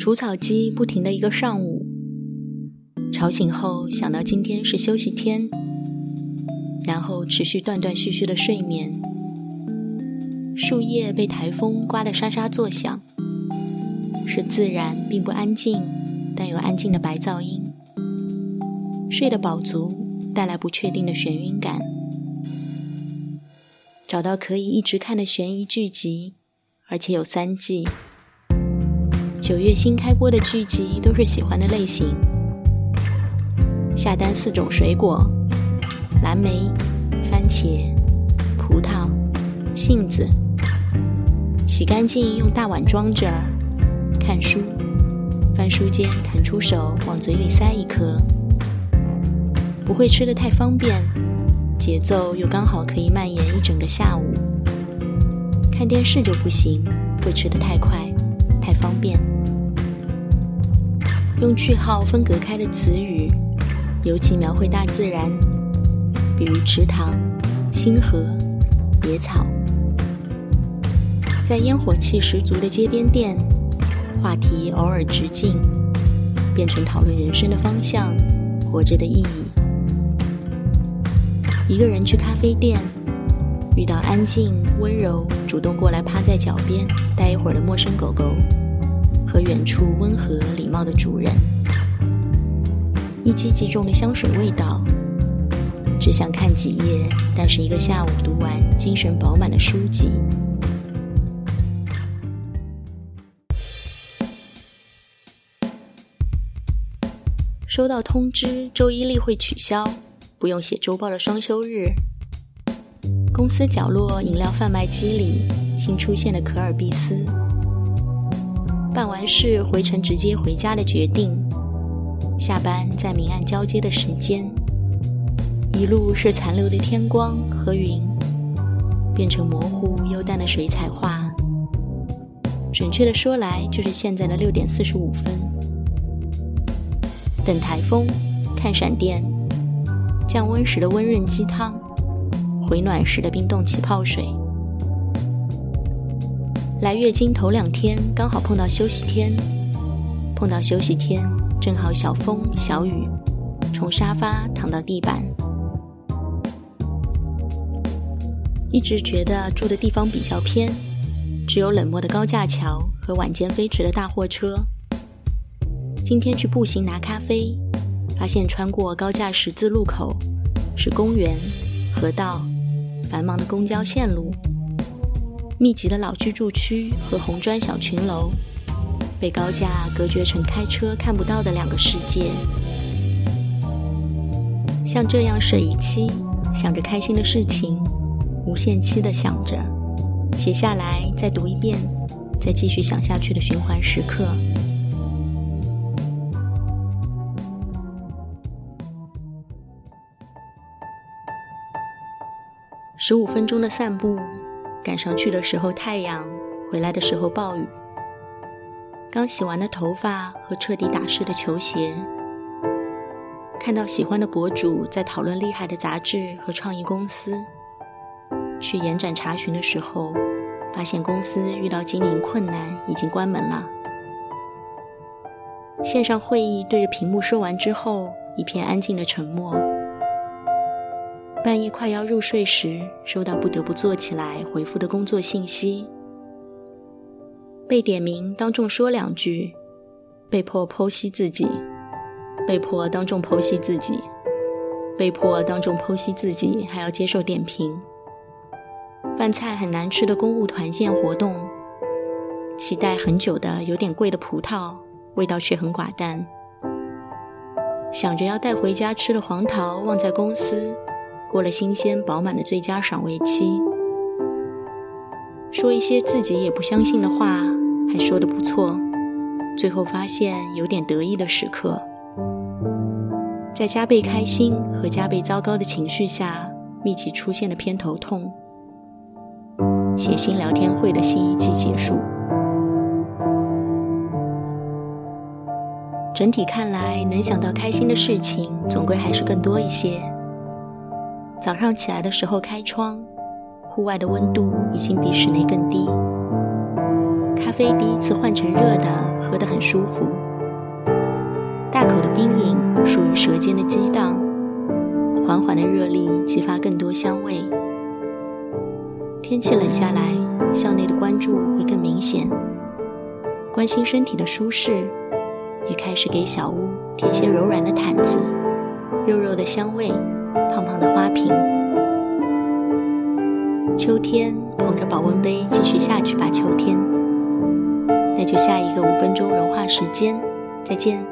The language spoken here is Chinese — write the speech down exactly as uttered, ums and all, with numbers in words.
除草机不停的一个上午，吵醒后想到今天是休息天，然后持续断断续续的睡眠。树叶被台风刮得沙沙作响，是自然并不安静，但有安静的白噪音。睡得饱足，带来不确定的眩晕感。找到可以一直看的悬疑剧集，而且有三季。九月新开播的剧集都是喜欢的类型。下单四种水果：蓝莓、番茄、葡萄、杏子。洗干净用大碗装着，看书，翻书间腾出手往嘴里塞一颗。不会吃得太方便，节奏又刚好可以蔓延一整个下午。看电视就不行，会吃得太快，太方便。用句号分隔开的词语，尤其描绘大自然，比如池塘、星河、野草。在烟火气十足的街边店，话题偶尔直径，变成讨论人生的方向，活着的意义。一个人去咖啡店，遇到安静、温柔、主动过来趴在脚边待一会儿的陌生狗狗，和远处温和礼貌的主人。一击即中的香水味道，只想看几页，但是一个下午读完精神饱满的书籍。收到通知，周一例会取消，不用写周报的双休日。公司角落饮料贩卖机里新出现的可尔必斯。办完事回程直接回家的决定，下班在明暗交接的时间，一路是残留的天光和云，变成模糊幽淡的水彩画。准确的说来，就是现在的六点四十五分。等台风，看闪电，降温时的温润鸡汤，回暖时的冰冻起泡水。来月经头两天刚好碰到休息天，碰到休息天正好小风小雨，从沙发躺到地板。一直觉得住的地方比较偏，只有冷漠的高架桥和晚间飞驰的大货车。今天去步行拿咖啡，发现穿过高架十字路口是公园、河道、繁忙的公交线路，密集的老居住区和红砖小群楼，被高架隔绝成开车看不到的两个世界。像这样睡一期，想着开心的事情，无限期的想着，写下来再读一遍，再继续想下去的循环时刻。十五分钟的散步，赶上去的时候太阳，回来的时候暴雨。刚洗完的头发和彻底打湿的球鞋。看到喜欢的博主在讨论厉害的杂志和创意公司。去延展查询的时候，发现公司遇到经营困难，已经关门了。线上会议对着屏幕说完之后，一片安静的沉默。半夜快要入睡时，收到不得不坐起来回复的工作信息。被点名当众说两句，被迫剖析自己，被迫当众剖析自己，被迫当众剖析自己，还要接受点评。饭菜很难吃的公务团建活动，期待很久的有点贵的葡萄，味道却很寡淡。想着要带回家吃的黄桃忘在公司，过了新鲜饱满的最佳赏味期。说一些自己也不相信的话，还说得不错，最后发现有点得意的时刻。在加倍开心和加倍糟糕的情绪下，密集出现的偏头痛。写信聊天会的新一季结束。整体看来，能想到开心的事情总归还是更多一些。早上起来的时候开窗，户外的温度已经比室内更低。咖啡第一次换成热的， 喝得很舒服。大口的冰饮属于舌尖的激荡，缓缓的热力激发更多香味。天气冷下来，校内的关注会更明显，关心身体的舒适，也开始给小屋添些柔软的毯子，肉肉的香味，胖胖的花瓶。秋天捧着保温杯继续下去吧，秋天。那就下一个五分钟融化时间，再见。